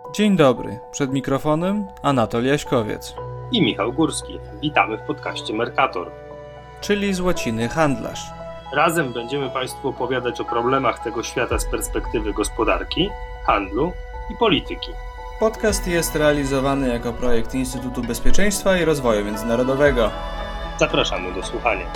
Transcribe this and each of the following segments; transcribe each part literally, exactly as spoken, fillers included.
Dzień dobry, przed mikrofonem Anatol Jaśkowiec, i Michał Górski. Witamy w podcaście Mercator. czyli z łaciny handlarz. Razem będziemy Państwu opowiadać o problemach tego świata z perspektywy gospodarki, handlu i polityki. Podcast jest realizowany jako projekt Instytutu Bezpieczeństwa i Rozwoju Międzynarodowego. Zapraszamy do słuchania.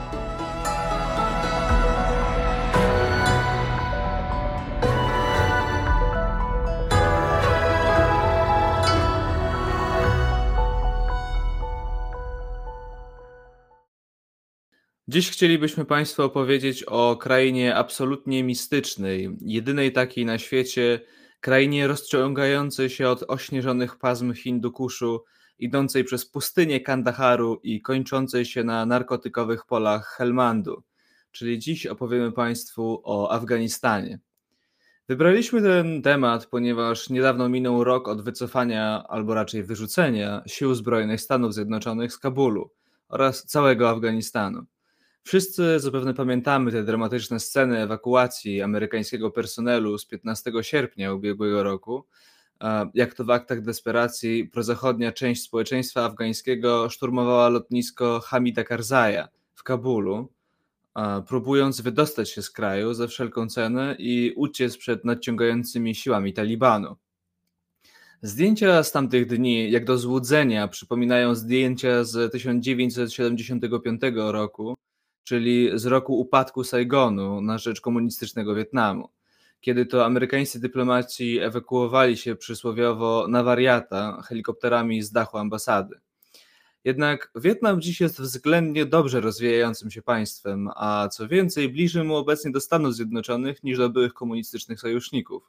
Dziś chcielibyśmy Państwu opowiedzieć o krainie absolutnie mistycznej, jedynej takiej na świecie, krainie rozciągającej się od ośnieżonych pasm Hindukuszu, idącej przez pustynię Kandaharu i kończącej się na narkotykowych polach Helmandu. Czyli dziś opowiemy Państwu o Afganistanie. Wybraliśmy ten temat, ponieważ niedawno minął rok od wycofania, albo raczej wyrzucenia sił zbrojnych Stanów Zjednoczonych z Kabulu oraz całego Afganistanu. Wszyscy zapewne pamiętamy te dramatyczne sceny ewakuacji amerykańskiego personelu z piętnastego sierpnia ubiegłego roku, jak to w aktach desperacji prozachodnia część społeczeństwa afgańskiego szturmowała lotnisko Hamida Karzaja w Kabulu, próbując wydostać się z kraju za wszelką cenę i uciec przed nadciągającymi siłami Talibanu. Zdjęcia z tamtych dni, jak do złudzenia, przypominają zdjęcia z tysiąc dziewięćset siedemdziesiątego piątego roku, czyli z roku upadku Saigonu na rzecz komunistycznego Wietnamu, kiedy to amerykańscy dyplomaci ewakuowali się przysłowiowo na wariata helikopterami z dachu ambasady. Jednak Wietnam dziś jest względnie dobrze rozwijającym się państwem, a co więcej bliżej mu obecnie do Stanów Zjednoczonych niż do byłych komunistycznych sojuszników.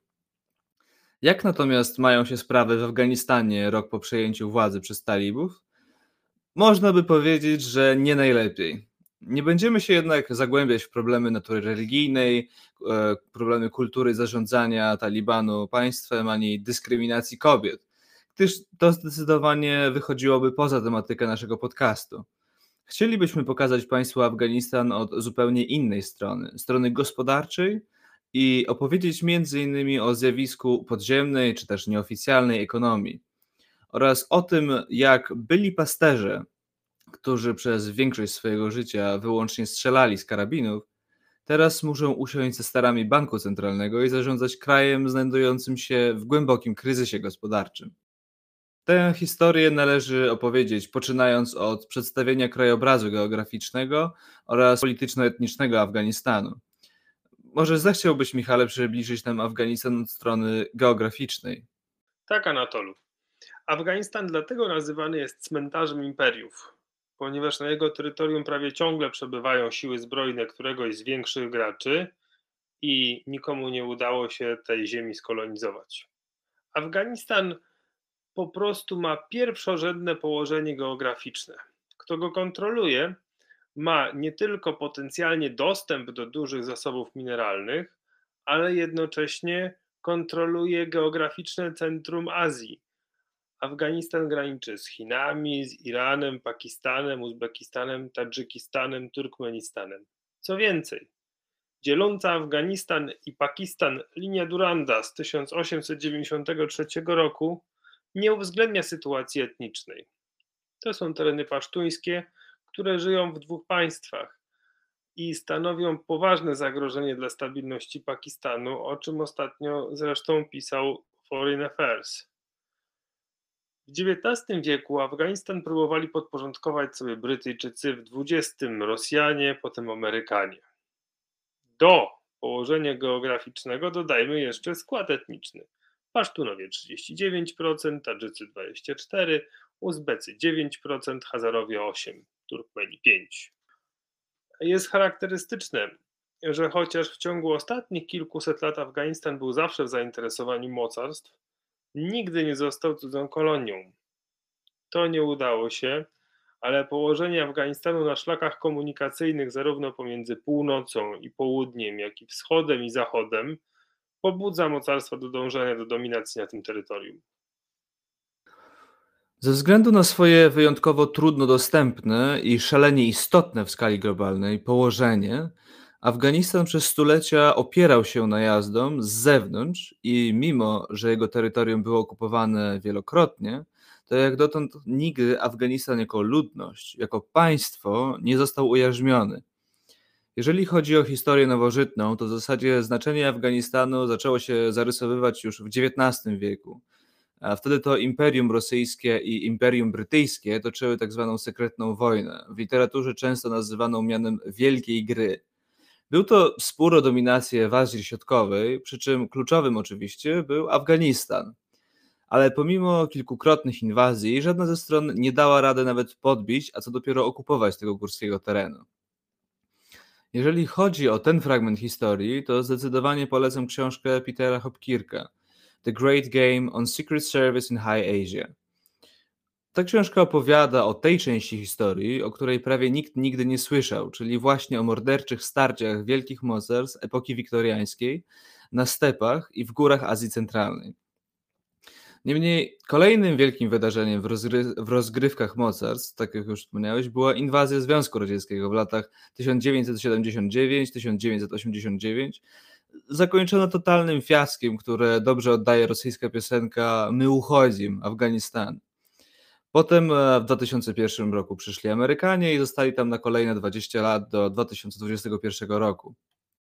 Jak natomiast mają się sprawy w Afganistanie rok po przejęciu władzy przez talibów? Można by powiedzieć, że nie najlepiej. Nie będziemy się jednak zagłębiać w problemy natury religijnej, problemy kultury zarządzania Talibanu państwem, ani dyskryminacji kobiet, gdyż to zdecydowanie wychodziłoby poza tematykę naszego podcastu. Chcielibyśmy pokazać Państwu Afganistan od zupełnie innej strony, strony gospodarczej i opowiedzieć między innymi o zjawisku podziemnej czy też nieoficjalnej ekonomii oraz o tym, jak byli pasterze, którzy przez większość swojego życia wyłącznie strzelali z karabinów, teraz muszą usiąść ze starami banku centralnego i zarządzać krajem znajdującym się w głębokim kryzysie gospodarczym. Tę historię należy opowiedzieć poczynając od przedstawienia krajobrazu geograficznego oraz polityczno-etnicznego Afganistanu. Może zechciałbyś, Michale, przybliżyć nam Afganistan od strony geograficznej? Tak, Anatolu. Afganistan dlatego nazywany jest cmentarzem imperiów, ponieważ na jego terytorium prawie ciągle przebywają siły zbrojne któregoś z większych graczy i nikomu nie udało się tej ziemi skolonizować. Afganistan po prostu ma pierwszorzędne położenie geograficzne. Kto go kontroluje, ma nie tylko potencjalnie dostęp do dużych zasobów mineralnych, ale jednocześnie kontroluje geograficzne centrum Azji. Afganistan graniczy z Chinami, z Iranem, Pakistanem, Uzbekistanem, Tadżykistanem, Turkmenistanem. Co więcej, dzieląca Afganistan i Pakistan linia Duranda z tysiąc osiemset dziewięćdziesiątego trzeciego roku nie uwzględnia sytuacji etnicznej. To są tereny pasztuńskie, które żyją w dwóch państwach i stanowią poważne zagrożenie dla stabilności Pakistanu, o czym ostatnio zresztą pisał Foreign Affairs. W dziewiętnastym wieku Afganistan próbowali podporządkować sobie Brytyjczycy, w dwudziestym Rosjanie, potem Amerykanie. Do położenia geograficznego dodajmy jeszcze skład etniczny. Pasztunowie trzydzieści dziewięć procent, Tadżycy dwadzieścia cztery procent, Uzbecy dziewięć procent, Hazarowie osiem procent, Turkmeni pięć procent. Jest charakterystyczne, że chociaż w ciągu ostatnich kilkuset lat Afganistan był zawsze w zainteresowaniu mocarstw, nigdy nie został cudzą kolonią. To nie udało się, ale położenie Afganistanu na szlakach komunikacyjnych zarówno pomiędzy północą i południem, jak i wschodem i zachodem pobudza mocarstwa do dążenia do dominacji na tym terytorium. Ze względu na swoje wyjątkowo trudno dostępne i szalenie istotne w skali globalnej położenie, Afganistan przez stulecia opierał się najazdom z zewnątrz i mimo, że jego terytorium było okupowane wielokrotnie, to jak dotąd nigdy Afganistan jako ludność, jako państwo nie został ujarzmiony. Jeżeli chodzi o historię nowożytną, to w zasadzie znaczenie Afganistanu zaczęło się zarysowywać już w dziewiętnastym wieku. A wtedy to Imperium Rosyjskie i Imperium Brytyjskie toczyły tak zwaną sekretną wojnę, w literaturze często nazywaną mianem Wielkiej Gry. Był to spór o dominację w Azji Środkowej, przy czym kluczowym oczywiście był Afganistan. Ale pomimo kilkukrotnych inwazji, żadna ze stron nie dała rady nawet podbić, a co dopiero okupować tego górskiego terenu. Jeżeli chodzi o ten fragment historii, to zdecydowanie polecam książkę Petera Hopkirka The Great Game on Secret Service in High Asia. Ta książka opowiada o tej części historii, o której prawie nikt nigdy nie słyszał, czyli właśnie o morderczych starciach wielkich mocarstw epoki wiktoriańskiej na stepach i w górach Azji Centralnej. Niemniej kolejnym wielkim wydarzeniem w, rozgry- w rozgrywkach mocarstw, tak jak już wspomniałeś, była inwazja Związku Radzieckiego w latach tysiąc dziewięćset siedemdziesiąt dziewięć do tysiąc dziewięćset osiemdziesiąt dziewięć, zakończono totalnym fiaskiem, które dobrze oddaje rosyjska piosenka My uchodzim, Afganistan. Potem e, w dwa tysiące pierwszym roku przyszli Amerykanie i zostali tam na kolejne dwadzieścia lat do dwa tysiące dwudziestego pierwszego roku.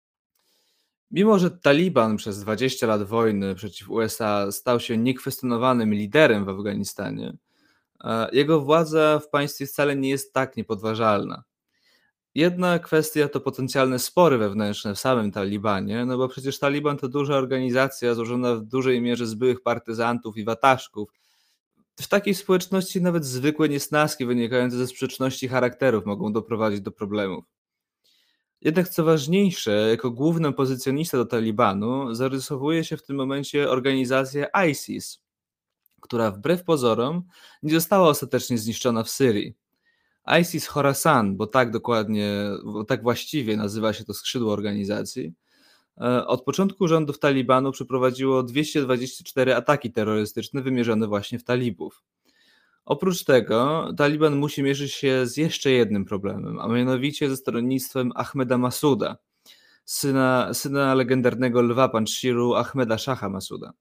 Mimo że Taliban przez dwadzieścia lat wojny przeciw U S A stał się niekwestionowanym liderem w Afganistanie, e, jego władza w państwie wcale nie jest tak niepodważalna. Jedna kwestia to potencjalne spory wewnętrzne w samym Talibanie, no bo przecież Taliban to duża organizacja złożona w dużej mierze z byłych partyzantów i wataszków. W takiej społeczności nawet zwykłe niesnaski wynikające ze sprzeczności charakterów mogą doprowadzić do problemów. Jednak co ważniejsze, jako główny opozycjonista do Talibanu zarysowuje się w tym momencie organizacja ISIS, która wbrew pozorom nie została ostatecznie zniszczona w Syrii. ISIS Khorasan, bo tak dokładnie, bo tak właściwie nazywa się to skrzydło organizacji, e, od początku rządów Talibanu przeprowadziło dwieście dwadzieścia cztery ataki terrorystyczne wymierzone właśnie w talibów. Oprócz tego Taliban musi mierzyć się z jeszcze jednym problemem, a mianowicie ze stronnictwem Ahmeda Masuda, syna, syna legendarnego lwa Panshiru Ahmeda Shaha Masuda.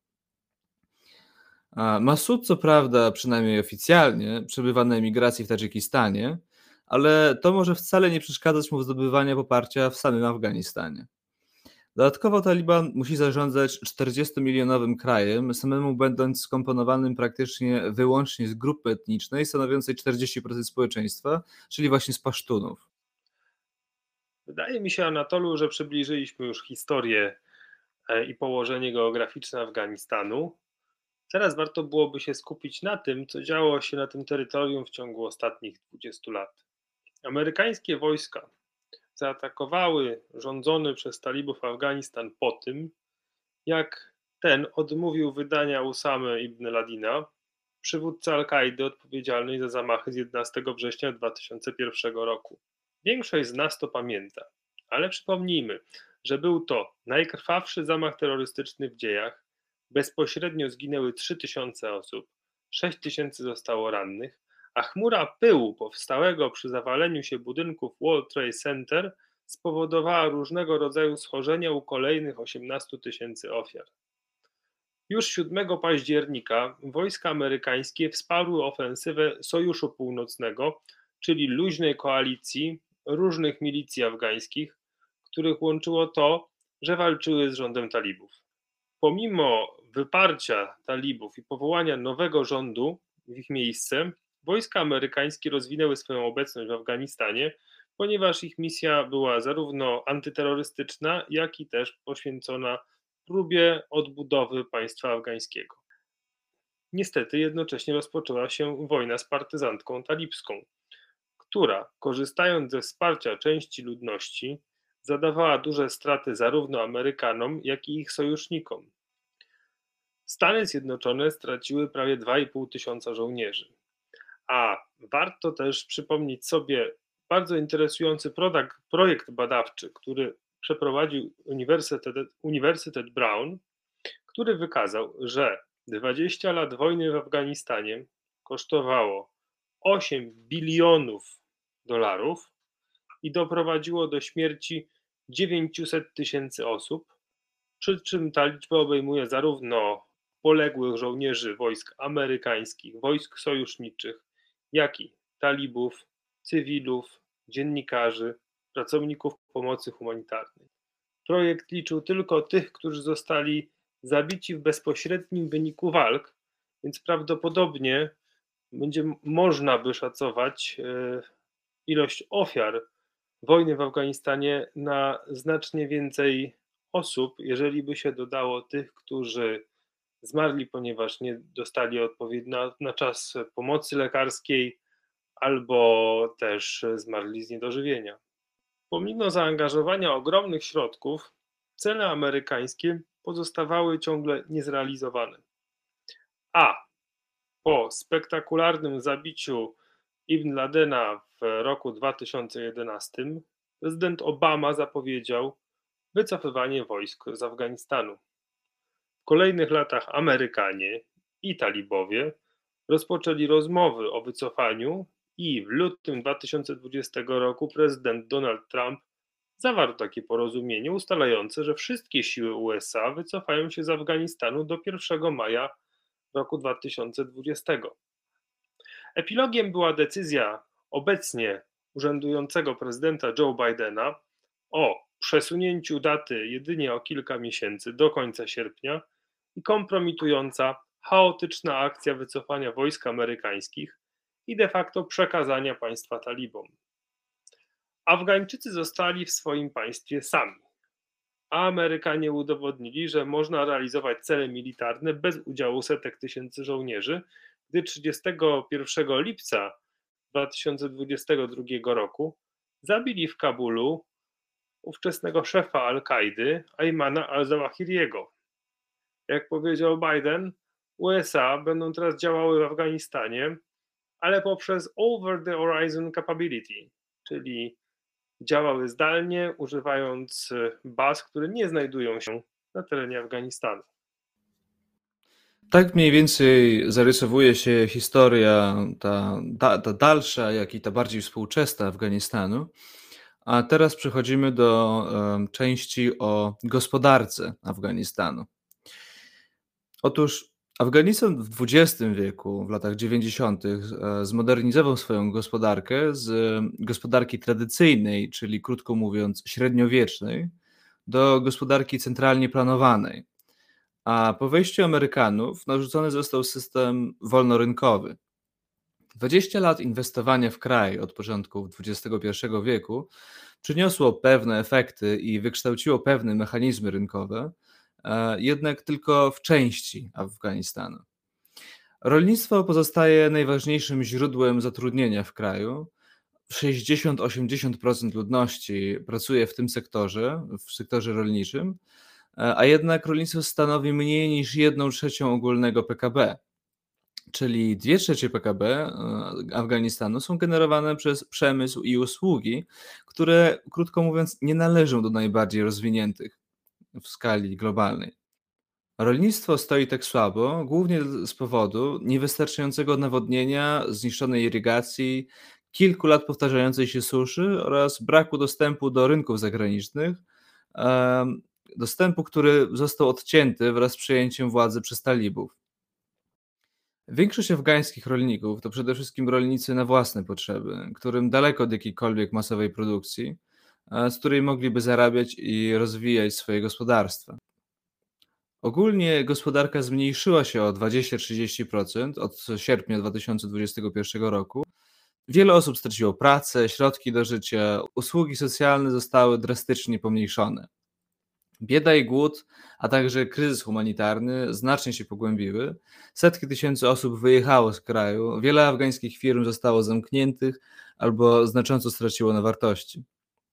A Masud co prawda, przynajmniej oficjalnie, przebywa na emigracji w Tadżykistanie, ale to może wcale nie przeszkadzać mu w zdobywaniu poparcia w samym Afganistanie. Dodatkowo Taliban musi zarządzać czterdziestomilionowym krajem, samemu będąc skomponowanym praktycznie wyłącznie z grupy etnicznej stanowiącej czterdzieści procent społeczeństwa, czyli właśnie z Pasztunów. Wydaje mi się, Anatolu, że przybliżyliśmy już historię e, i położenie geograficzne Afganistanu. Teraz warto byłoby się skupić na tym, co działo się na tym terytorium w ciągu ostatnich dwudziestu lat. Amerykańskie wojska zaatakowały rządzony przez talibów Afganistan po tym, jak ten odmówił wydania Usamy ibn Ladina, przywódcy Al-Kaidy odpowiedzialnej za zamachy z jedenastego września dwa tysiące pierwszego roku. Większość z nas to pamięta, ale przypomnijmy, że był to najkrwawszy zamach terrorystyczny w dziejach. Bezpośrednio zginęły trzy tysiące osób, sześć tysięcy zostało rannych, a chmura pyłu powstałego przy zawaleniu się budynków World Trade Center spowodowała różnego rodzaju schorzenia u kolejnych osiemnastu tysięcy ofiar. Już siódmego października wojska amerykańskie wsparły ofensywę Sojuszu Północnego, czyli luźnej koalicji różnych milicji afgańskich, których łączyło to, że walczyły z rządem talibów. Pomimo wyparcia talibów i powołania nowego rządu w ich miejsce, wojska amerykańskie rozwinęły swoją obecność w Afganistanie, ponieważ ich misja była zarówno antyterrorystyczna, jak i też poświęcona próbie odbudowy państwa afgańskiego. Niestety jednocześnie rozpoczęła się wojna z partyzantką talibską, która, korzystając ze wsparcia części ludności, zadawała duże straty zarówno Amerykanom, jak i ich sojusznikom. Stany Zjednoczone straciły prawie dwa i pół tysiąca żołnierzy. A warto też przypomnieć sobie bardzo interesujący produkt, projekt badawczy, który przeprowadził Uniwersytet, Uniwersytet Brown, który wykazał, że dwadzieścia lat wojny w Afganistanie kosztowało osiem bilionów dolarów i doprowadziło do śmierci dziewięćset tysięcy osób, przy czym ta liczba obejmuje zarówno poległych żołnierzy wojsk amerykańskich, wojsk sojuszniczych, jak i talibów, cywilów, dziennikarzy, pracowników pomocy humanitarnej. Projekt liczył tylko tych, którzy zostali zabici w bezpośrednim wyniku walk, więc prawdopodobnie będzie można by szacować e, ilość ofiar wojny w Afganistanie na znacznie więcej osób, jeżeli by się dodało tych, którzy zmarli, ponieważ nie dostali odpowiedzi na, na czas pomocy lekarskiej, albo też zmarli z niedożywienia. Pomimo zaangażowania ogromnych środków, cele amerykańskie pozostawały ciągle niezrealizowane. A po spektakularnym zabiciu Ibn Ladena w roku dwa tysiące jedenastym prezydent Obama zapowiedział wycofywanie wojsk z Afganistanu. W kolejnych latach Amerykanie i talibowie rozpoczęli rozmowy o wycofaniu i w lutym dwa tysiące dwudziestego roku prezydent Donald Trump zawarł takie porozumienie ustalające, że wszystkie siły U S A wycofają się z Afganistanu do pierwszego maja roku dwa tysiące dwudziestego. Epilogiem była decyzja obecnie urzędującego prezydenta Joe Bidena o przesunięciu daty jedynie o kilka miesięcy do końca sierpnia i kompromitująca, chaotyczna akcja wycofania wojsk amerykańskich i de facto przekazania państwa talibom. Afgańczycy zostali w swoim państwie sami, a Amerykanie udowodnili, że można realizować cele militarne bez udziału setek tysięcy żołnierzy, gdy trzydziestego pierwszego lipca dwa tysiące dwudziestego drugiego roku zabili w Kabulu ówczesnego szefa Al-Kaidy, Aymana al-Zawahiriego. Jak powiedział Biden, U S A będą teraz działały w Afganistanie, ale poprzez Over the Horizon Capability, czyli działały zdalnie, używając baz, które nie znajdują się na terenie Afganistanu. Tak mniej więcej zarysowuje się historia, ta, ta, ta dalsza, jak i ta bardziej współczesna Afganistanu. A teraz przechodzimy do um, części o gospodarce Afganistanu. Otóż Afganistan w dwudziestym wieku, w latach dziewięćdziesiątych zmodernizował swoją gospodarkę z gospodarki tradycyjnej, czyli krótko mówiąc średniowiecznej, do gospodarki centralnie planowanej. A po wejściu Amerykanów narzucony został system wolnorynkowy. dwadzieścia lat inwestowania w kraj od początku dwudziestego pierwszego wieku przyniosło pewne efekty i wykształciło pewne mechanizmy rynkowe, jednak tylko w części Afganistanu. Rolnictwo pozostaje najważniejszym źródłem zatrudnienia w kraju. sześćdziesiąt do osiemdziesięciu procent ludności pracuje w tym sektorze, w sektorze rolniczym, a jednak rolnictwo stanowi mniej niż jedną trzecią ogólnego P K B. Czyli dwie trzecie P K B Afganistanu są generowane przez przemysł i usługi, które, krótko mówiąc, nie należą do najbardziej rozwiniętych w skali globalnej. Rolnictwo stoi tak słabo głównie z powodu niewystarczającego nawodnienia, zniszczonej irygacji, kilku lat powtarzającej się suszy oraz braku dostępu do rynków zagranicznych, dostępu, który został odcięty wraz z przejęciem władzy przez talibów. Większość afgańskich rolników to przede wszystkim rolnicy na własne potrzeby, którym daleko od jakiejkolwiek masowej produkcji, z której mogliby zarabiać i rozwijać swoje gospodarstwa. Ogólnie gospodarka zmniejszyła się o dwadzieścia do trzydziestu procent od sierpnia dwa tysiące dwudziestego pierwszego roku. Wiele osób straciło pracę, środki do życia, usługi socjalne zostały drastycznie pomniejszone. Bieda i głód, a także kryzys humanitarny znacznie się pogłębiły. Setki tysięcy osób wyjechało z kraju, wiele afgańskich firm zostało zamkniętych albo znacząco straciło na wartości.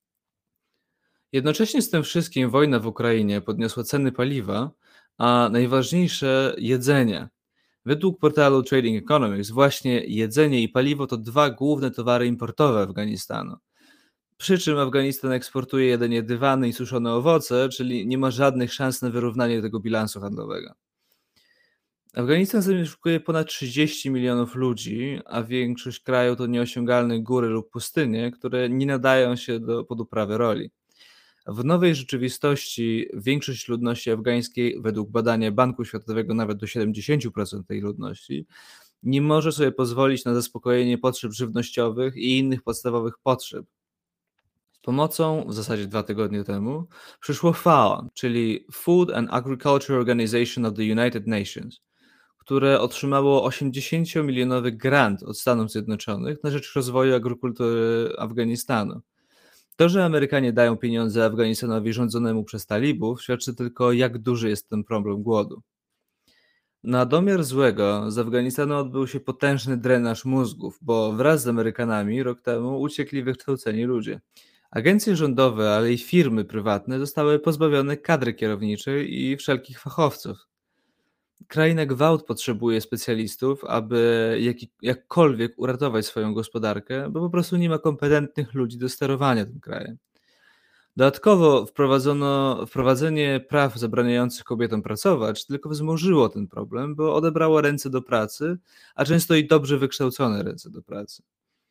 Jednocześnie z tym wszystkim wojna w Ukrainie podniosła ceny paliwa, a najważniejsze jedzenia. Według portalu Trading Economics właśnie jedzenie i paliwo to dwa główne towary importowe Afganistanu. Przy czym Afganistan eksportuje jedynie dywany i suszone owoce, czyli nie ma żadnych szans na wyrównanie tego bilansu handlowego. Afganistan zamieszkuje ponad trzydzieści milionów ludzi, a większość kraju to nieosiągalne góry lub pustynie, które nie nadają się do, pod uprawę roli. W nowej rzeczywistości większość ludności afgańskiej, według badania Banku Światowego nawet do siedemdziesiąt procent tej ludności, nie może sobie pozwolić na zaspokojenie potrzeb żywnościowych i innych podstawowych potrzeb. Z pomocą, w zasadzie dwa tygodnie temu, przyszło F A O, czyli Food and Agriculture Organization of the United Nations, które otrzymało osiemdziesięciomilionowy grant od Stanów Zjednoczonych na rzecz rozwoju agrikultury Afganistanu. To, że Amerykanie dają pieniądze Afganistanowi rządzonemu przez talibów, świadczy tylko, jak duży jest ten problem głodu. Na domiar złego z Afganistanu odbył się potężny drenaż mózgów, bo wraz z Amerykanami rok temu uciekli wykształceni ludzie. Agencje rządowe, ale i firmy prywatne zostały pozbawione kadry kierowniczej i wszelkich fachowców. Kraj na gwałt potrzebuje specjalistów, aby jaki, jakkolwiek uratować swoją gospodarkę, bo po prostu nie ma kompetentnych ludzi do sterowania tym krajem. Dodatkowo wprowadzono, wprowadzenie praw zabraniających kobietom pracować tylko wzmożyło ten problem, bo odebrało ręce do pracy, a często i dobrze wykształcone ręce do pracy.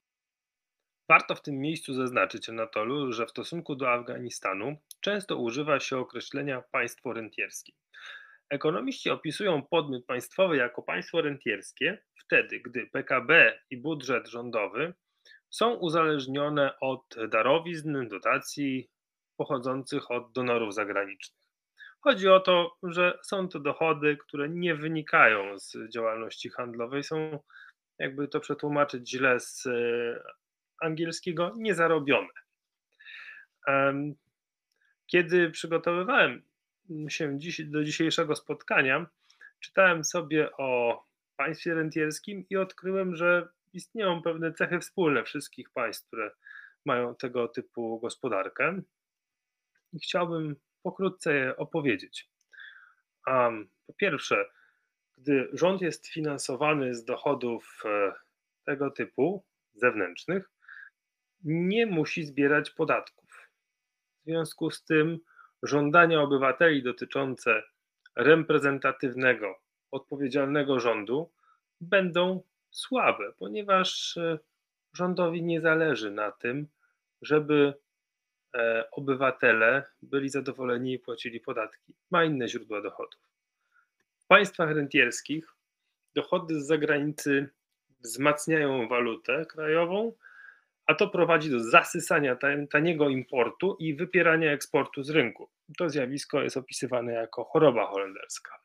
Warto w tym miejscu zaznaczyć, Anatolu, że w stosunku do Afganistanu często używa się określenia państwo rentierskie. Ekonomiści opisują podmiot państwowy jako państwo rentierskie wtedy, gdy P K B i budżet rządowy są uzależnione od darowizn, dotacji pochodzących od donorów zagranicznych. Chodzi o to, że są to dochody, które nie wynikają z działalności handlowej, są, jakby to przetłumaczyć źle z e, angielskiego, niezarobione. Em, Kiedy przygotowywałem się dziś, do dzisiejszego spotkania, czytałem sobie o państwie rentierskim i odkryłem, że istnieją pewne cechy wspólne wszystkich państw, które mają tego typu gospodarkę. I chciałbym pokrótce je opowiedzieć. Um, po pierwsze, gdy rząd jest finansowany z dochodów e, tego typu zewnętrznych, nie musi zbierać podatków. W związku z tym żądania obywateli dotyczące reprezentatywnego, odpowiedzialnego rządu będą słabe, ponieważ e, rządowi nie zależy na tym, żeby e, obywatele byli zadowoleni i płacili podatki. Ma inne źródła dochodów. W państwach rentierskich dochody z zagranicy wzmacniają walutę krajową, a to prowadzi do zasysania taniego importu i wypierania eksportu z rynku. To zjawisko jest opisywane jako choroba holenderska.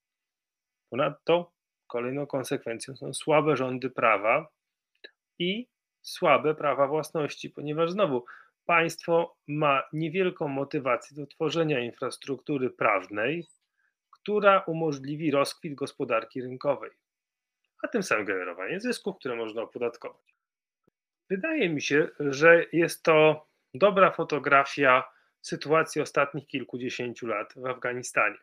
Ponadto kolejną konsekwencją są słabe rządy prawa i słabe prawa własności, ponieważ znowu państwo ma niewielką motywację do tworzenia infrastruktury prawnej, która umożliwi rozkwit gospodarki rynkowej, a tym samym generowanie zysków, które można opodatkować. Wydaje mi się, że jest to dobra fotografia sytuacji ostatnich kilkudziesięciu lat w Afganistanie.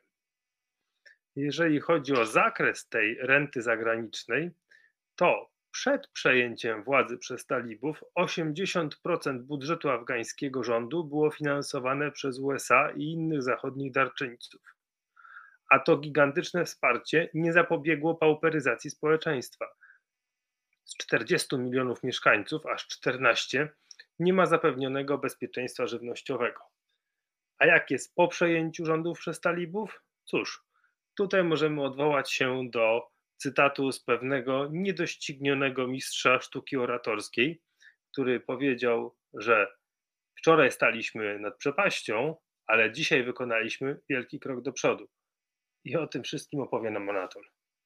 Jeżeli chodzi o zakres tej renty zagranicznej, to przed przejęciem władzy przez talibów osiemdziesiąt procent budżetu afgańskiego rządu było finansowane przez U S A i innych zachodnich darczyńców. A to gigantyczne wsparcie nie zapobiegło pauperyzacji społeczeństwa. Z czterdziestu milionów mieszkańców aż czternaście nie ma zapewnionego bezpieczeństwa żywnościowego. A jak jest po przejęciu rządów przez talibów? Cóż, tutaj możemy odwołać się do cytatu z pewnego niedoścignionego mistrza sztuki oratorskiej, który powiedział, że wczoraj staliśmy nad przepaścią, ale dzisiaj wykonaliśmy wielki krok do przodu. I o tym wszystkim opowie nam Anatol.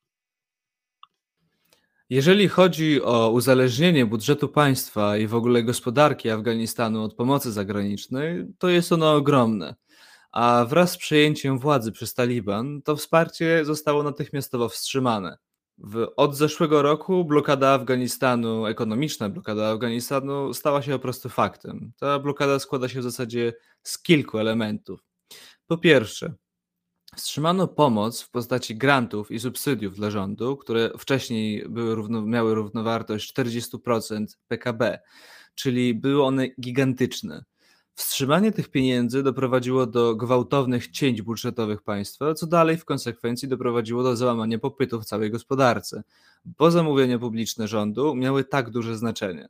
Jeżeli chodzi o uzależnienie budżetu państwa i w ogóle gospodarki Afganistanu od pomocy zagranicznej, to jest ono ogromne. A wraz z przejęciem władzy przez Taliban to wsparcie zostało natychmiastowo wstrzymane. W, od zeszłego roku blokada Afganistanu, ekonomiczna blokada Afganistanu stała się po prostu faktem. Ta blokada składa się w zasadzie z kilku elementów. Po pierwsze, wstrzymano pomoc w postaci grantów i subsydiów dla rządu, które wcześniej były równo, miały równowartość czterdzieści procent P K B, czyli były one gigantyczne. Wstrzymanie tych pieniędzy doprowadziło do gwałtownych cięć budżetowych państwa, co dalej w konsekwencji doprowadziło do załamania popytu w całej gospodarce, bo zamówienia publiczne rządu miały tak duże znaczenie.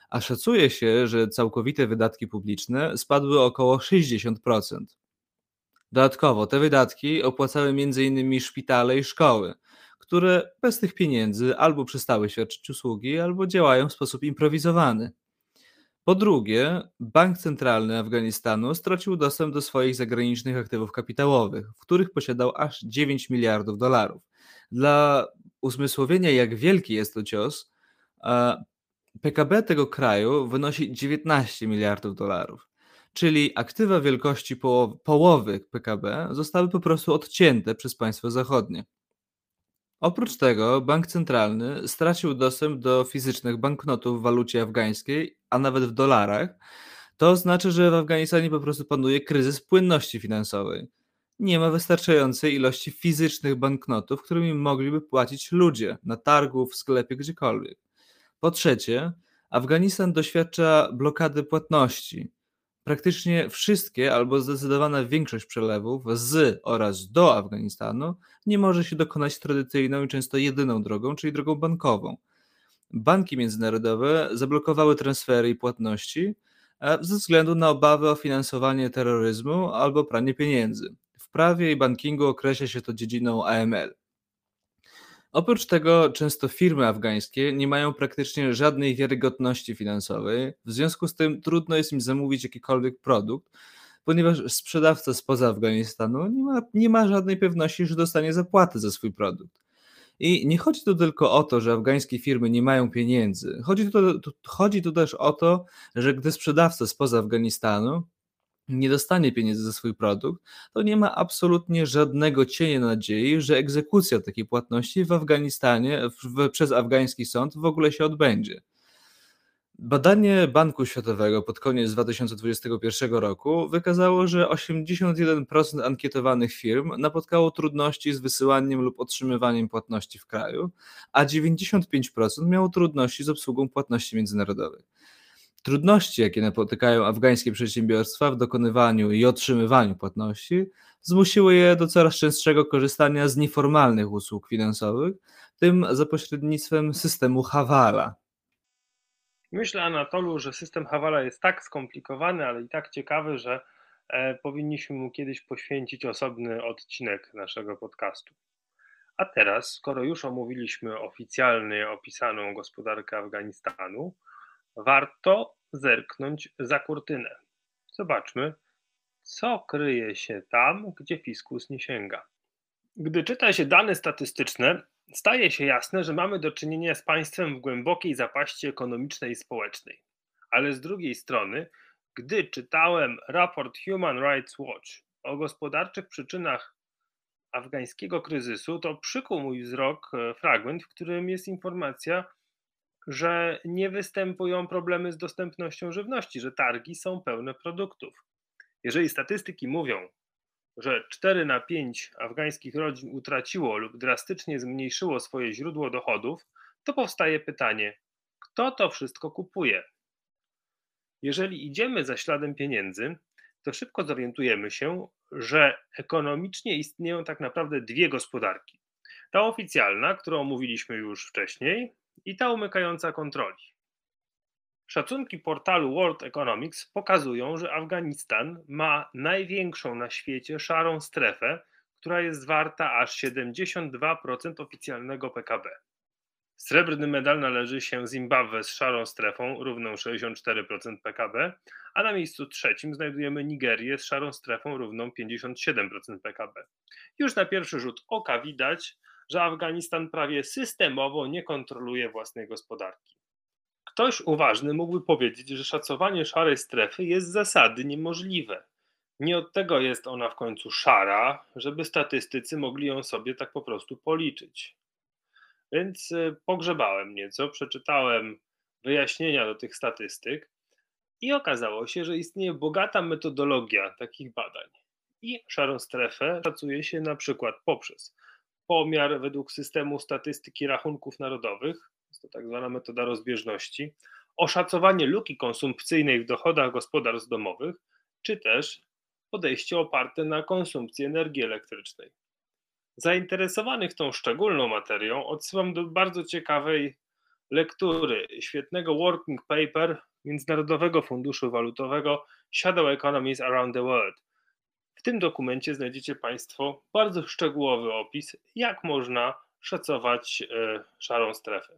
a szacuje się, że całkowite wydatki publiczne spadły o około sześćdziesiąt procent. Dodatkowo te wydatki opłacały między innymi szpitale i szkoły, które bez tych pieniędzy albo przestały świadczyć usługi, albo działają w sposób improwizowany. Po drugie, Bank Centralny Afganistanu stracił dostęp do swoich zagranicznych aktywów kapitałowych, w których posiadał aż dziewięć miliardów dolarów. Dla uzmysłowienia, jak wielki jest to cios, e, P K B tego kraju wynosi dziewiętnaście miliardów dolarów, czyli aktywa wielkości połow- połowy P K B zostały po prostu odcięte przez państwa zachodnie. Oprócz tego bank centralny stracił dostęp do fizycznych banknotów w walucie afgańskiej, a nawet w dolarach. To znaczy, że w Afganistanie po prostu panuje kryzys płynności finansowej. Nie ma wystarczającej ilości fizycznych banknotów, którymi mogliby płacić ludzie na targu, w sklepie, gdziekolwiek. Po trzecie, Afganistan doświadcza blokady płatności. Praktycznie wszystkie albo zdecydowana większość przelewów z oraz do Afganistanu nie może się dokonać tradycyjną i często jedyną drogą, czyli drogą bankową. Banki międzynarodowe zablokowały transfery i płatności e, ze względu na obawy o finansowanie terroryzmu albo pranie pieniędzy. W prawie i bankingu określa się to dziedziną A M L. Oprócz tego często firmy afgańskie nie mają praktycznie żadnej wiarygodności finansowej, w związku z tym trudno jest im zamówić jakikolwiek produkt, ponieważ sprzedawca spoza Afganistanu nie ma, nie ma żadnej pewności, że dostanie zapłatę za swój produkt. I nie chodzi tu tylko o to, że afgańskie firmy nie mają pieniędzy. Chodzi tu, tu, chodzi tu też o to, że gdy sprzedawca spoza Afganistanu nie dostanie pieniędzy za swój produkt, to nie ma absolutnie żadnego cienia nadziei, że egzekucja takiej płatności w Afganistanie w, przez afgański sąd w ogóle się odbędzie. Badanie Banku Światowego pod koniec dwa tysiące dwudziestego pierwszego roku wykazało, że osiemdziesiąt jeden procent ankietowanych firm napotkało trudności z wysyłaniem lub otrzymywaniem płatności w kraju, a dziewięćdziesiąt pięć procent miało trudności z obsługą płatności międzynarodowych. Trudności, jakie napotykają afgańskie przedsiębiorstwa w dokonywaniu i otrzymywaniu płatności, zmusiły je do coraz częstszego korzystania z nieformalnych usług finansowych, tym za pośrednictwem systemu Hawala. Myślę, Anatolu, że system Hawala jest tak skomplikowany, ale i tak ciekawy, że e, powinniśmy mu kiedyś poświęcić osobny odcinek naszego podcastu. A teraz, skoro już omówiliśmy oficjalnie opisaną gospodarkę Afganistanu, warto zerknąć za kurtynę. Zobaczmy, co kryje się tam, gdzie fiskus nie sięga. Gdy czyta się dane statystyczne, staje się jasne, że mamy do czynienia z państwem w głębokiej zapaści ekonomicznej i społecznej. Ale z drugiej strony, gdy czytałem raport Human Rights Watch o gospodarczych przyczynach afgańskiego kryzysu, to przykuł mój wzrok fragment, w którym jest informacja, że nie występują problemy z dostępnością żywności, że targi są pełne produktów. Jeżeli statystyki mówią, że cztery na pięć afgańskich rodzin utraciło lub drastycznie zmniejszyło swoje źródło dochodów, to powstaje pytanie, kto to wszystko kupuje? Jeżeli idziemy za śladem pieniędzy, to szybko zorientujemy się, że ekonomicznie istnieją tak naprawdę dwie gospodarki. Ta oficjalna, którą omówiliśmy już wcześniej, i ta umykająca kontroli. Szacunki portalu World Economics pokazują, że Afganistan ma największą na świecie szarą strefę, która jest warta aż siedemdziesiąt dwa procent oficjalnego P K B. Srebrny medal należy się Zimbabwe z szarą strefą równą sześćdziesiąt cztery procent P K B, a na miejscu trzecim znajdujemy Nigerię z szarą strefą równą pięćdziesiąt siedem procent P K B. Już na pierwszy rzut oka widać, że Afganistan prawie systemowo nie kontroluje własnej gospodarki. Ktoś uważny mógłby powiedzieć, że szacowanie szarej strefy jest z zasady niemożliwe. Nie od tego jest ona w końcu szara, żeby statystycy mogli ją sobie tak po prostu policzyć. Więc pogrzebałem nieco, przeczytałem wyjaśnienia do tych statystyk i okazało się, że istnieje bogata metodologia takich badań. I szarą strefę szacuje się na przykład poprzez pomiar według systemu statystyki rachunków narodowych, jest to tak zwana metoda rozbieżności, oszacowanie luki konsumpcyjnej w dochodach gospodarstw domowych, czy też podejście oparte na konsumpcji energii elektrycznej. Zainteresowanych tą szczególną materią odsyłam do bardzo ciekawej lektury świetnego working paper Międzynarodowego Funduszu Walutowego Shadow Economies Around the World. W tym dokumencie znajdziecie Państwo bardzo szczegółowy opis, jak można szacować e, szarą strefę.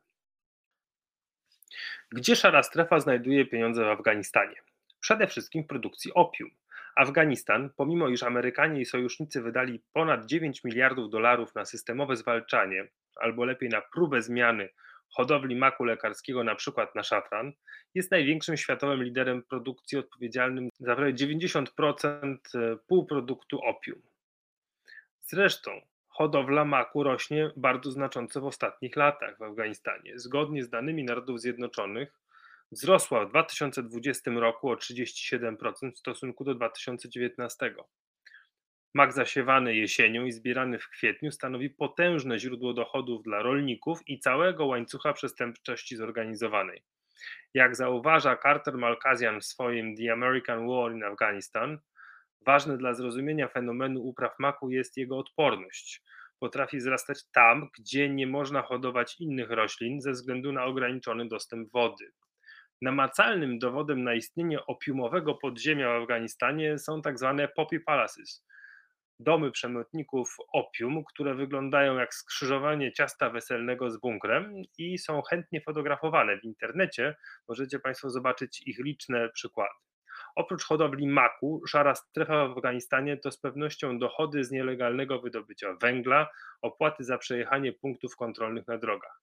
Gdzie szara strefa znajduje pieniądze w Afganistanie? Przede wszystkim w produkcji opium. Afganistan, pomimo iż Amerykanie i sojusznicy wydali ponad dziewięć miliardów dolarów na systemowe zwalczanie, albo lepiej na próbę zmiany hodowli maku lekarskiego na przykład na szafran, jest największym światowym liderem produkcji odpowiedzialnym za prawie dziewięćdziesiąt procent półproduktu opium. Zresztą hodowla maku rośnie bardzo znacząco w ostatnich latach w Afganistanie. Zgodnie z danymi Narodów Zjednoczonych wzrosła w dwa tysiące dwudziestym roku o trzydzieści siedem procent w stosunku do dwa tysiące dziewiętnastego. Mak zasiewany jesienią i zbierany w kwietniu stanowi potężne źródło dochodów dla rolników i całego łańcucha przestępczości zorganizowanej. Jak zauważa Carter Malkasian w swoim The American War in Afghanistan, ważne dla zrozumienia fenomenu upraw maku jest jego odporność. Potrafi wzrastać tam, gdzie nie można hodować innych roślin ze względu na ograniczony dostęp wody. Namacalnym dowodem na istnienie opiumowego podziemia w Afganistanie są tak zwane poppy palaces, domy przemytników opium, które wyglądają jak skrzyżowanie ciasta weselnego z bunkrem i są chętnie fotografowane. W internecie możecie Państwo zobaczyć ich liczne przykłady. Oprócz hodowli maku, szara strefa w Afganistanie to z pewnością dochody z nielegalnego wydobycia węgla, opłaty za przejechanie punktów kontrolnych na drogach.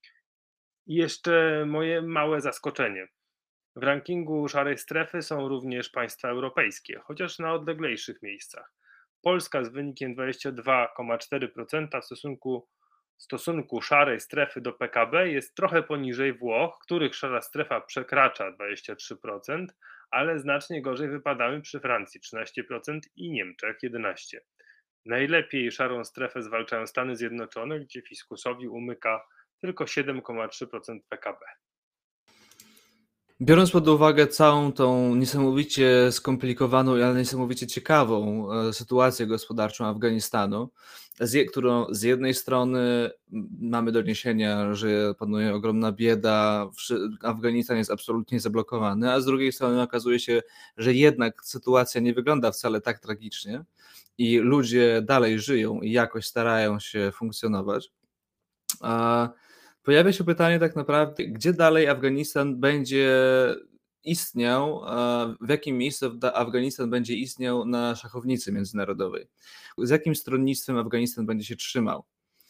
I jeszcze moje małe zaskoczenie. W rankingu szarej strefy są również państwa europejskie, chociaż na odleglejszych miejscach. Polska z wynikiem dwadzieścia dwa przecinek cztery procent w stosunku, stosunku szarej strefy do P K B jest trochę poniżej Włoch, których szara strefa przekracza dwadzieścia trzy procent, ale znacznie gorzej wypadamy przy Francji trzynaście procent i Niemczech jedenaście procent. Najlepiej szarą strefę zwalczają Stany Zjednoczone, gdzie fiskusowi umyka tylko siedem przecinek trzy procent P K B. Biorąc pod uwagę całą tą niesamowicie skomplikowaną, ale niesamowicie ciekawą sytuację gospodarczą Afganistanu, z, którą z jednej strony mamy doniesienia, że panuje ogromna bieda, Afganistan jest absolutnie zablokowany, a z drugiej strony okazuje się, że jednak sytuacja nie wygląda wcale tak tragicznie i ludzie dalej żyją i jakoś starają się funkcjonować. A pojawia się pytanie tak naprawdę, gdzie dalej Afganistan będzie istniał, w jakim miejscu Afganistan będzie istniał na szachownicy międzynarodowej, z jakim stronnictwem Afganistan będzie się trzymał.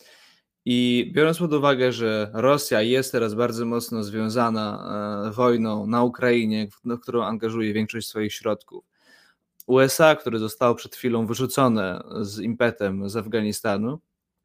I biorąc pod uwagę, że Rosja jest teraz bardzo mocno związana wojną na Ukrainie, w którą angażuje większość swoich środków, U S A, które zostało przed chwilą wyrzucone z impetem z Afganistanu,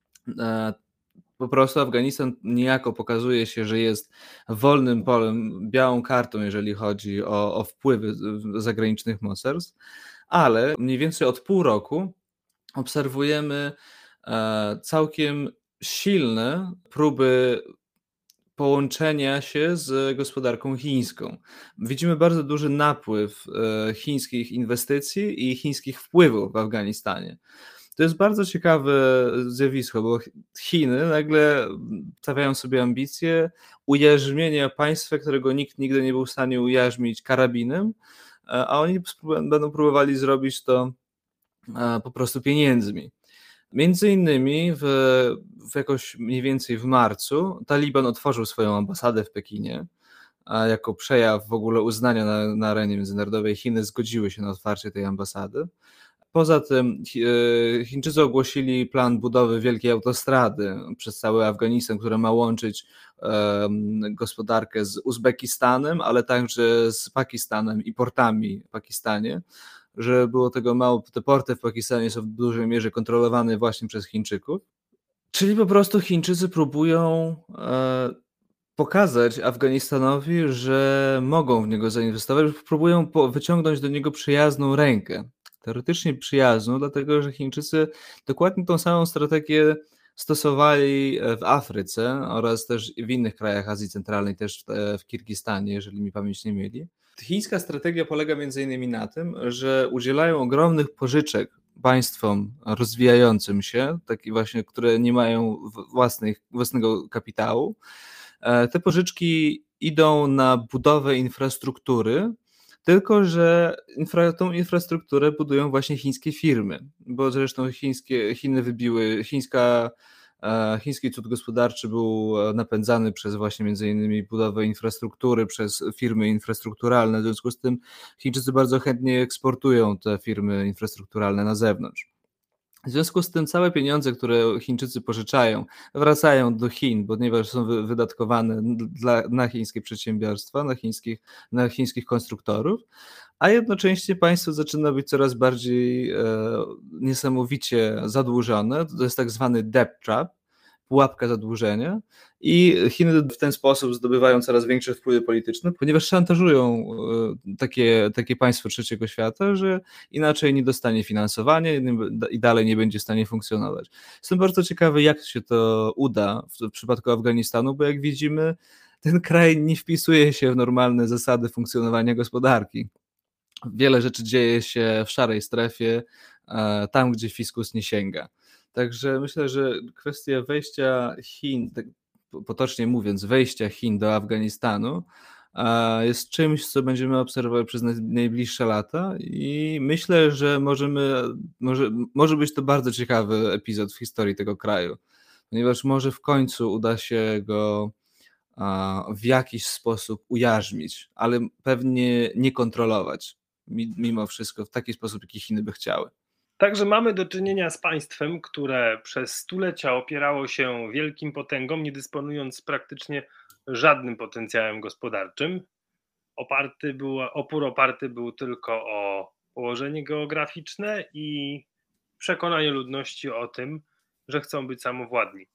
po prostu Afganistan niejako pokazuje się, że jest wolnym polem, białą kartą, jeżeli chodzi o, o wpływy zagranicznych mocarstw, ale mniej więcej od pół roku obserwujemy całkiem silne próby połączenia się z gospodarką chińską. Widzimy bardzo duży napływ chińskich inwestycji i chińskich wpływów w Afganistanie. To jest bardzo ciekawe zjawisko, bo Chiny nagle stawiają sobie ambicje ujarzmienia państwa, którego nikt nigdy nie był w stanie ujarzmić karabinem, a oni będą próbowali zrobić to po prostu pieniędzmi. Między innymi w, w jakoś mniej więcej w marcu Taliban otworzył swoją ambasadę w Pekinie, a jako przejaw w ogóle uznania na, na arenie międzynarodowej Chiny zgodziły się na otwarcie tej ambasady. Poza tym Chińczycy ogłosili plan budowy wielkiej autostrady przez cały Afganistan, która ma łączyć gospodarkę z Uzbekistanem, ale także z Pakistanem i portami w Pakistanie. Że było tego mało, te porty w Pakistanie są w dużej mierze kontrolowane właśnie przez Chińczyków. Czyli po prostu Chińczycy próbują pokazać Afganistanowi, że mogą w niego zainwestować, próbują wyciągnąć do niego przyjazną rękę. Teoretycznie przyjazną, dlatego że Chińczycy dokładnie tą samą strategię stosowali w Afryce oraz też w innych krajach Azji Centralnej, też w Kirgistanie, jeżeli mi pamięć nie myli. Chińska strategia polega między innymi na tym, że udzielają ogromnych pożyczek państwom rozwijającym się, takie właśnie, które nie mają własnych, własnego kapitału, Te pożyczki idą na budowę infrastruktury, tylko że infra, tą infrastrukturę budują właśnie chińskie firmy, bo zresztą chińskie, Chiny wybiły, chińska, chiński cud gospodarczy był napędzany przez właśnie między innymi budowę infrastruktury, przez firmy infrastrukturalne, w związku z tym Chińczycy bardzo chętnie eksportują te firmy infrastrukturalne na zewnątrz. W związku z tym całe pieniądze, które Chińczycy pożyczają, wracają do Chin, ponieważ są wydatkowane dla, na chińskie przedsiębiorstwa, na chińskich, na chińskich konstruktorów, a jednocześnie państwo zaczyna być coraz bardziej e, niesamowicie zadłużone. To jest tak zwany debt trap, pułapka zadłużenia, i Chiny w ten sposób zdobywają coraz większe wpływy polityczne, ponieważ szantażują takie, takie państwo trzeciego świata, że inaczej nie dostanie finansowania i dalej nie będzie w stanie funkcjonować. Jestem bardzo ciekawy, jak się to uda w przypadku Afganistanu, bo jak widzimy, ten kraj nie wpisuje się w normalne zasady funkcjonowania gospodarki. Wiele rzeczy dzieje się w szarej strefie, tam gdzie fiskus nie sięga. Także myślę, że kwestia wejścia Chin, tak potocznie mówiąc, wejścia Chin do Afganistanu jest czymś, co będziemy obserwować przez najbliższe lata i myślę, że możemy, może, może być to bardzo ciekawy epizod w historii tego kraju, ponieważ może w końcu uda się go w jakiś sposób ujarzmić, ale pewnie nie kontrolować, mimo wszystko w taki sposób, jaki Chiny by chciały. Także mamy do czynienia z państwem, które przez stulecia opierało się wielkim potęgom, nie dysponując praktycznie żadnym potencjałem gospodarczym. Oparty był, opór oparty był tylko o położenie geograficzne i przekonanie ludności o tym, że chcą być samowładni.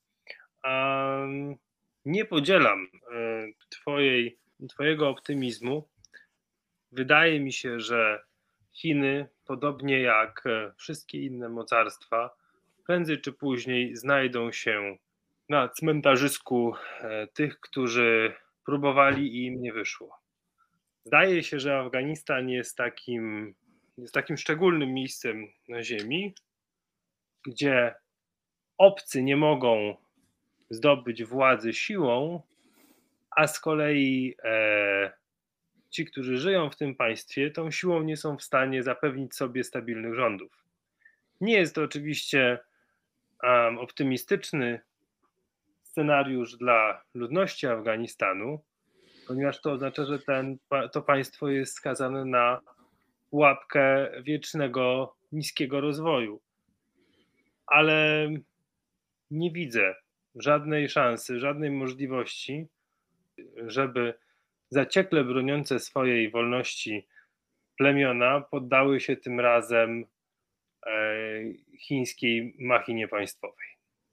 Nie podzielam twojej, twojego optymizmu. Wydaje mi się, że Chiny, podobnie jak wszystkie inne mocarstwa, prędzej czy później znajdą się na cmentarzysku tych, którzy próbowali i im nie wyszło. Zdaje się, że Afganistan jest takim, jest takim szczególnym miejscem na ziemi, gdzie obcy nie mogą zdobyć władzy siłą, a z kolei e, ci, którzy żyją w tym państwie, tą siłą nie są w stanie zapewnić sobie stabilnych rządów. Nie jest to oczywiście um, optymistyczny scenariusz dla ludności Afganistanu, ponieważ to oznacza, że ten, to państwo jest skazane na pułapkę wiecznego, niskiego rozwoju. Ale nie widzę żadnej szansy, żadnej możliwości, żeby zaciekle broniące swojej wolności plemiona poddały się tym razem chińskiej machinie państwowej.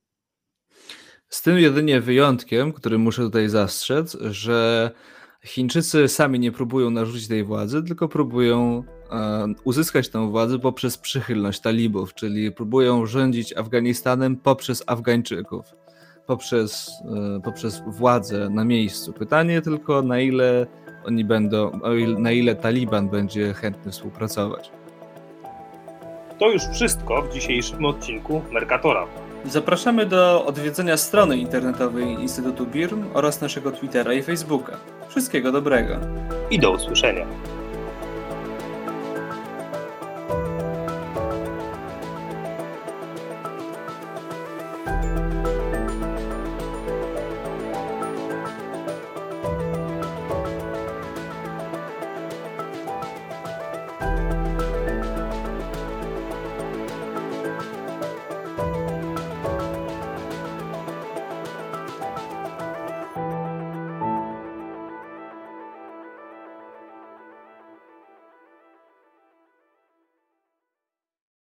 Z tym jedynie wyjątkiem, który muszę tutaj zastrzec, że Chińczycy sami nie próbują narzucić tej władzy, tylko próbują uzyskać tę władzę poprzez przychylność talibów, czyli próbują rządzić Afganistanem poprzez Afgańczyków, poprzez, poprzez władzę na miejscu. Pytanie tylko, na ile oni będą, na ile Taliban będzie chętny współpracować. To już wszystko w dzisiejszym odcinku Mercatora. Zapraszamy do odwiedzenia strony internetowej Instytutu B I R M oraz naszego Twittera i Facebooka. Wszystkiego dobrego. I do usłyszenia.